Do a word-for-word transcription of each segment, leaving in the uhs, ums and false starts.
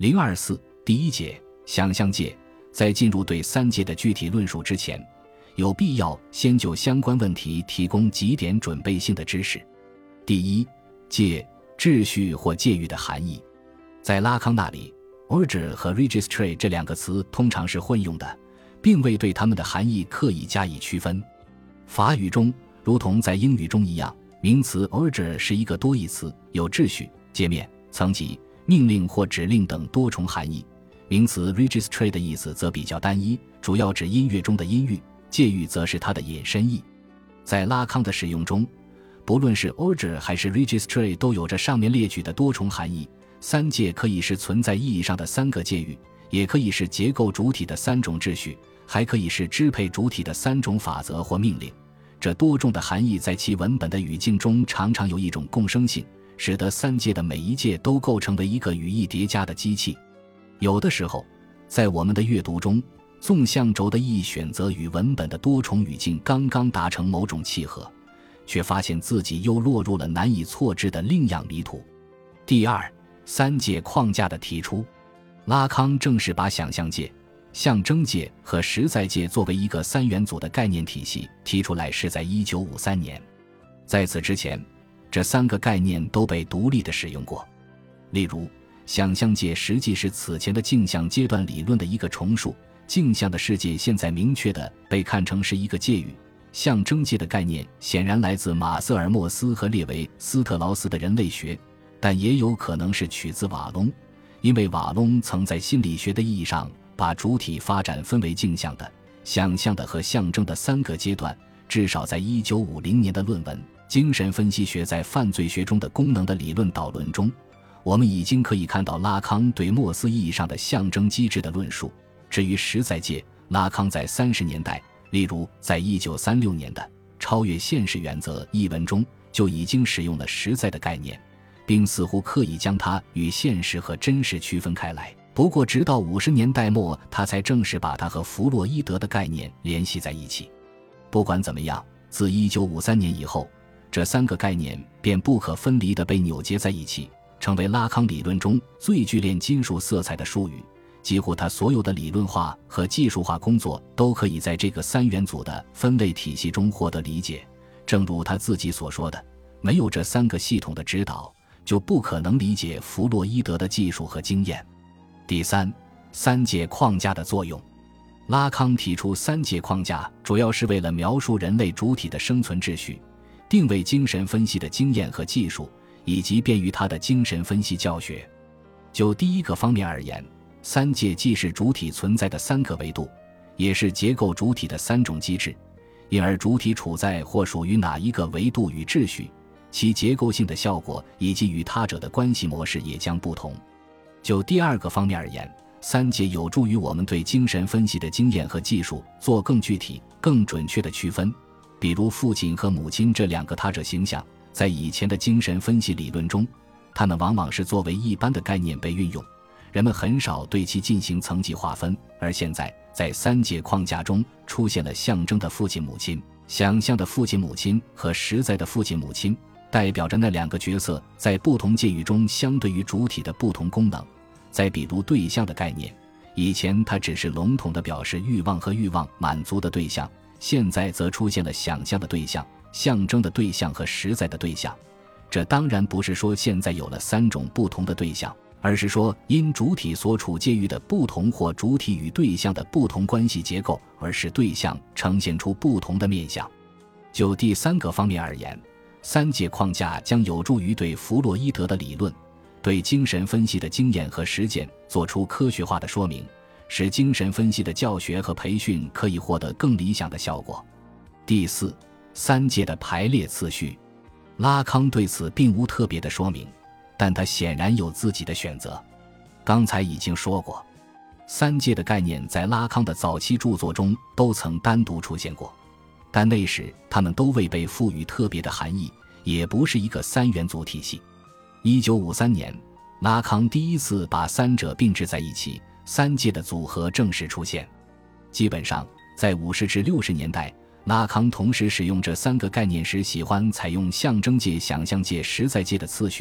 零二四第一节想象界。在进入对三界的具体论述之前，有必要先就相关问题提供几点准备性的知识。第一，界、秩序或界域的含义。在拉康那里， order 和 registry 这两个词通常是混用的，并未对它们的含义刻意加以区分。法语中，如同在英语中一样，名词 order 是一个多义词，有秩序、界面、层级、命令或指令等多重含义。名词 registry 的意思则比较单一，主要指音乐中的音域，界域则是它的引申义。在拉康的使用中，不论是 order 还是 registry 都有着上面列举的多重含义。三界可以是存在意义上的三个界域，也可以是结构主体的三种秩序，还可以是支配主体的三种法则或命令。这多重的含义在其文本的语境中常常有一种共生性，使得三界的每一界都构成为一个语义叠加的机器。有的时候，在我们的阅读中，纵向轴的意义选择与文本的多重语境刚刚达成某种契合，却发现自己又落入了难以错置的另样迷途。第二，三界框架的提出。拉康正是把想象界、象征界和实在界作为一个三元组的概念体系提出来，是在一九五三年。在此之前，这三个概念都被独立地使用过。例如，想象界实际是此前的镜像阶段理论的一个重述，镜像的世界现在明确地被看成是一个界域。象征界的概念显然来自马瑟尔莫斯和列维斯特劳斯的人类学，但也有可能是取自瓦隆，因为瓦隆曾在心理学的意义上把主体发展分为镜像的、想象的和象征的三个阶段。至少在一九五零年的论文《精神分析学在犯罪学中的功能》的理论导论中，我们已经可以看到拉康对莫斯意义上的象征机制的论述。至于实在界，拉康在三十年代，例如在一九三六年的《超越现实原则》一文中，就已经使用了实在的概念，并似乎刻意将它与现实和真实区分开来。不过直到五十年代末，他才正式把它和弗洛伊德的概念联系在一起。不管怎么样，自一九五三年以后，这三个概念便不可分离地被扭结在一起，成为拉康理论中最具炼金属色彩的术语。几乎他所有的理论化和技术化工作都可以在这个三元组的分类体系中获得理解。正如他自己所说的，没有这三个系统的指导，就不可能理解弗洛伊德的技术和经验。第三，三界框架的作用。拉康提出三界框架主要是为了描述人类主体的生存秩序，定位精神分析的经验和技术，以及便于他的精神分析教学。就第一个方面而言，三界既是主体存在的三个维度，也是结构主体的三种机制，因而主体处在或属于哪一个维度与秩序，其结构性的效果以及与他者的关系模式也将不同。就第二个方面而言，三界有助于我们对精神分析的经验和技术做更具体、更准确的区分。比如父亲和母亲这两个他者形象，在以前的精神分析理论中，它们往往是作为一般的概念被运用，人们很少对其进行层级划分。而现在，在三界框架中出现了象征的父亲母亲、想象的父亲母亲和实在的父亲母亲，代表着那两个角色在不同界域中相对于主体的不同功能。再比如对象的概念，以前它只是笼统地表示欲望和欲望满足的对象，现在则出现了想象的对象、象征的对象和实在的对象。这当然不是说现在有了三种不同的对象，而是说因主体所处界域的不同或主体与对象的不同关系结构，而使对象呈现出不同的面相。就第三个方面而言，三界框架将有助于对弗洛伊德的理论、对精神分析的经验和实践做出科学化的说明，使精神分析的教学和培训可以获得更理想的效果。第四，三界的排列次序。拉康对此并无特别的说明，但他显然有自己的选择。刚才已经说过，三界的概念在拉康的早期著作中都曾单独出现过，但那时他们都未被赋予特别的含义，也不是一个三元组体系。一九五三年，拉康第一次把三者并置在一起，三界的组合正式出现。基本上，在五十至六十年代，拉康同时使用这三个概念时，喜欢采用象征界、想象界、实在界的次序，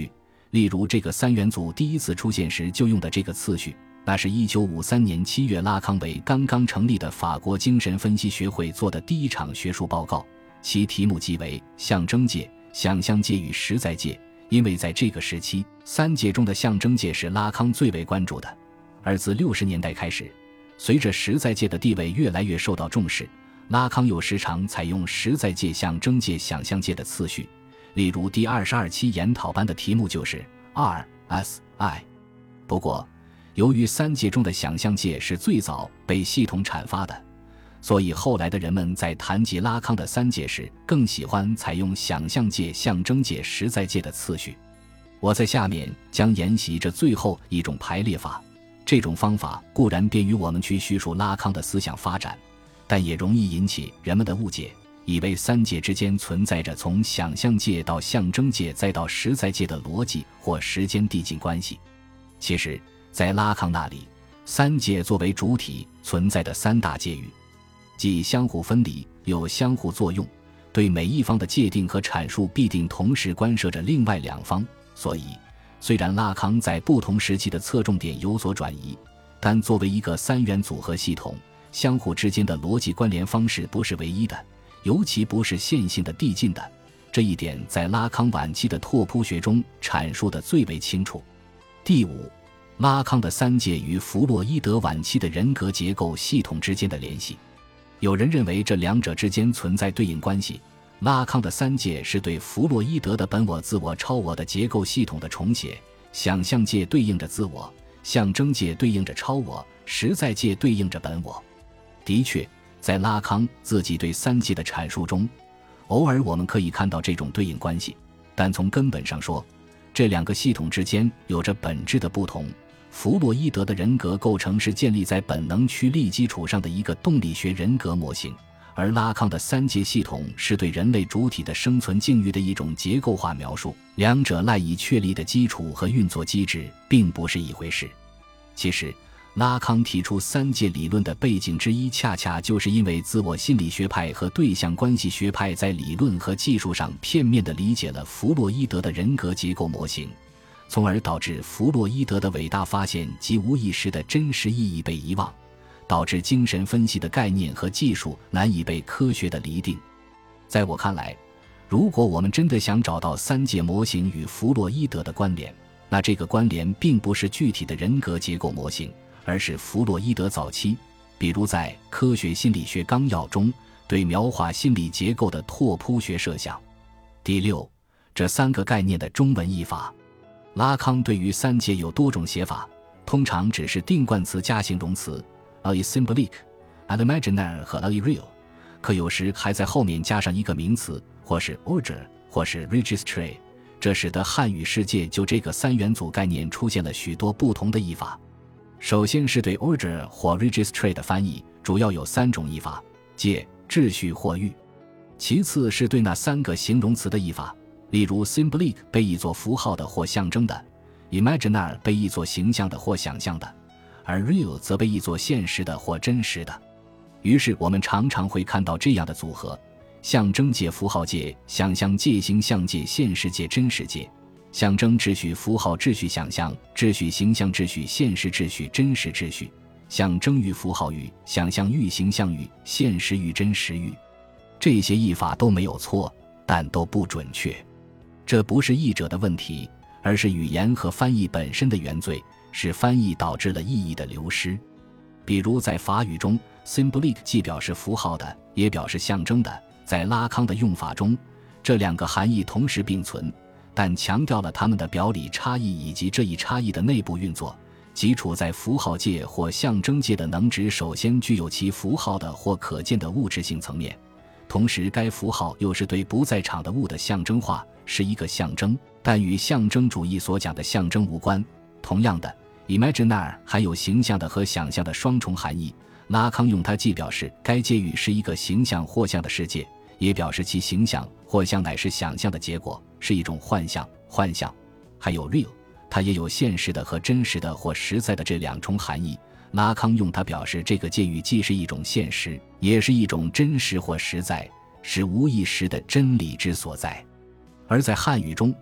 例如这个三元组第一次出现时就用的这个次序，那是一九五三年七月拉康为刚刚成立的法国精神分析学会做的第一场学术报告，其题目即为象征界、想象界与实在界。因为在这个时期，三界中的象征界是拉康最为关注的，而自六十年代开始，随着实在界的地位越来越受到重视，拉康又时常采用实在界、象征界、想象界的次序。例如第二十二期研讨班的题目就是 R S I。 不过由于三界中的想象界是最早被系统阐发的，所以后来的人们在谈及拉康的三界时更喜欢采用想象界、象征界、实在界的次序。我在下面将沿袭这最后一种排列法，这种方法固然便于我们去叙述拉康的思想发展，但也容易引起人们的误解，以为三界之间存在着从想象界到象征界再到实在界的逻辑或时间递进关系。其实在拉康那里，三界作为主体存在的三大界域，既相互分离又相互作用，对每一方的界定和阐述必定同时关涉着另外两方。所以虽然拉康在不同时期的侧重点有所转移，但作为一个三元组合系统，相互之间的逻辑关联方式不是唯一的，尤其不是线性的递进的，这一点在拉康晚期的拓扑学中阐述得最为清楚。第五，拉康的三界与弗洛伊德晚期的人格结构系统之间的联系。有人认为这两者之间存在对应关系，拉康的三界是对弗洛伊德的本我、自我、超我的结构系统的重写，想象界对应着自我，象征界对应着超我，实在界对应着本我。的确，在拉康自己对三界的阐述中，偶尔我们可以看到这种对应关系，但从根本上说，这两个系统之间有着本质的不同。弗洛伊德的人格构成是建立在本能驱力基础上的一个动力学人格模型，而拉康的三界系统是对人类主体的生存境遇的一种结构化描述，两者赖以确立的基础和运作机制并不是一回事。其实拉康提出三界理论的背景之一，恰恰就是因为自我心理学派和对象关系学派在理论和技术上片面地理解了弗洛伊德的人格结构模型，从而导致弗洛伊德的伟大发现及无意识的真实意义被遗忘，导致精神分析的概念和技术难以被科学的厘定。在我看来，如果我们真的想找到三界模型与弗洛伊德的关联，那这个关联并不是具体的人格结构模型，而是弗洛伊德早期，比如在《科学心理学纲要》中对描画心理结构的拓扑学设想。第六，这三个概念的中文译法。拉康对于三界有多种写法，通常只是定冠词加形容词 a symbolic、a imaginaire 和 a real， 可有时还在后面加上一个名词，或是 order 或是 registre， 这使得汉语世界就这个三元组概念出现了许多不同的译法。首先是对 order 或 registre 的翻译，主要有三种译法：界、秩序或域。其次是对那三个形容词的译法，例如 symbolic 被译作符号的或象征的， imaginaire 被译作形象的或想象的，而 real 则被译作现实的或真实的。于是我们常常会看到这样的组合：象征界、符号界、想象界、形象界、现实界、真实界；象征秩序、符号秩序、想象秩序、形象秩序、现实秩序、真实秩序；象征域、符号域、想象域、形象域、现实域、真实域。这些译法都没有错，但都不准确。这不是译者的问题，而是语言和翻译本身的原罪，是翻译导致了意义的流失。比如在法语中， symbolic 既表示符号的，也表示象征的，在拉康的用法中，这两个含义同时并存，但强调了它们的表里差异以及这一差异的内部运作。即处在符号界或象征界的能指首先具有其符号的或可见的物质性层面，同时该符号又是对不在场的物的象征化，是一个象征，但与象征主义所讲的象征无关。同样的， imaginaire 含有形象的和想象的双重含义，拉康用它既表示该界域是一个形象或象的世界，也表示其形象或象乃是想象的结果，是一种幻象。幻象还有 real， 它也有现实的和真实的或实在的这两重含义。拉康用它表示这个界域既是一种现实，也是一种真实或实在，是无意识的真理之所在。而在汉语中，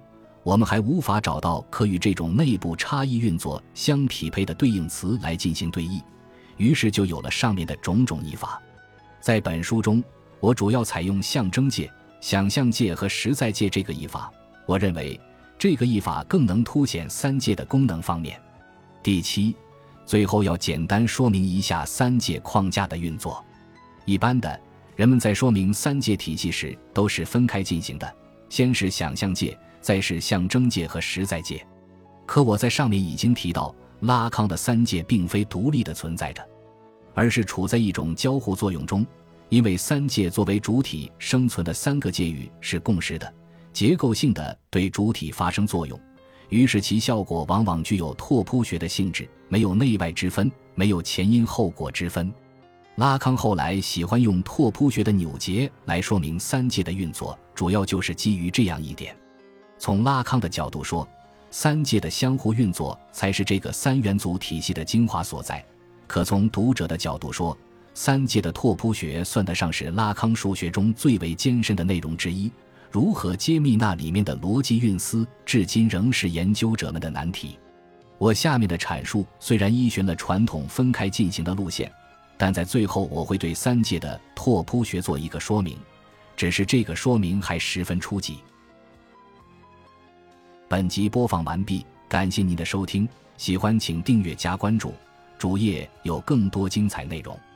我们还无法找到可与这种内部差异运作相匹配的对应词来进行对译，于是就有了上面的种种译法。在本书中，我主要采用象征界、想象界和实在界这个译法，我认为这个译法更能凸显三界的功能方面。第七，最后要简单说明一下三界框架的运作。一般的，人们在说明三界体系时都是分开进行的，先是想象界，再是象征界和实在界。可我在上面已经提到，拉康的三界并非独立的存在着，而是处在一种交互作用中，因为三界作为主体生存的三个界域是共识的，结构性的对主体发生作用，于是其效果往往具有拓扑学的性质，没有内外之分，没有前因后果之分。拉康后来喜欢用拓扑学的扭结来说明三界的运作，主要就是基于这样一点。从拉康的角度说，三界的相互运作才是这个三元组体系的精华所在。可从读者的角度说，三界的拓扑学算得上是拉康数学中最为艰深的内容之一，如何揭秘那里面的逻辑运思，至今仍是研究者们的难题。我下面的阐述虽然依循了传统分开进行的路线，但在最后我会对三界的拓扑学做一个说明，只是这个说明还十分初级。本集播放完毕，感谢您的收听，喜欢请订阅加关注，主页有更多精彩内容。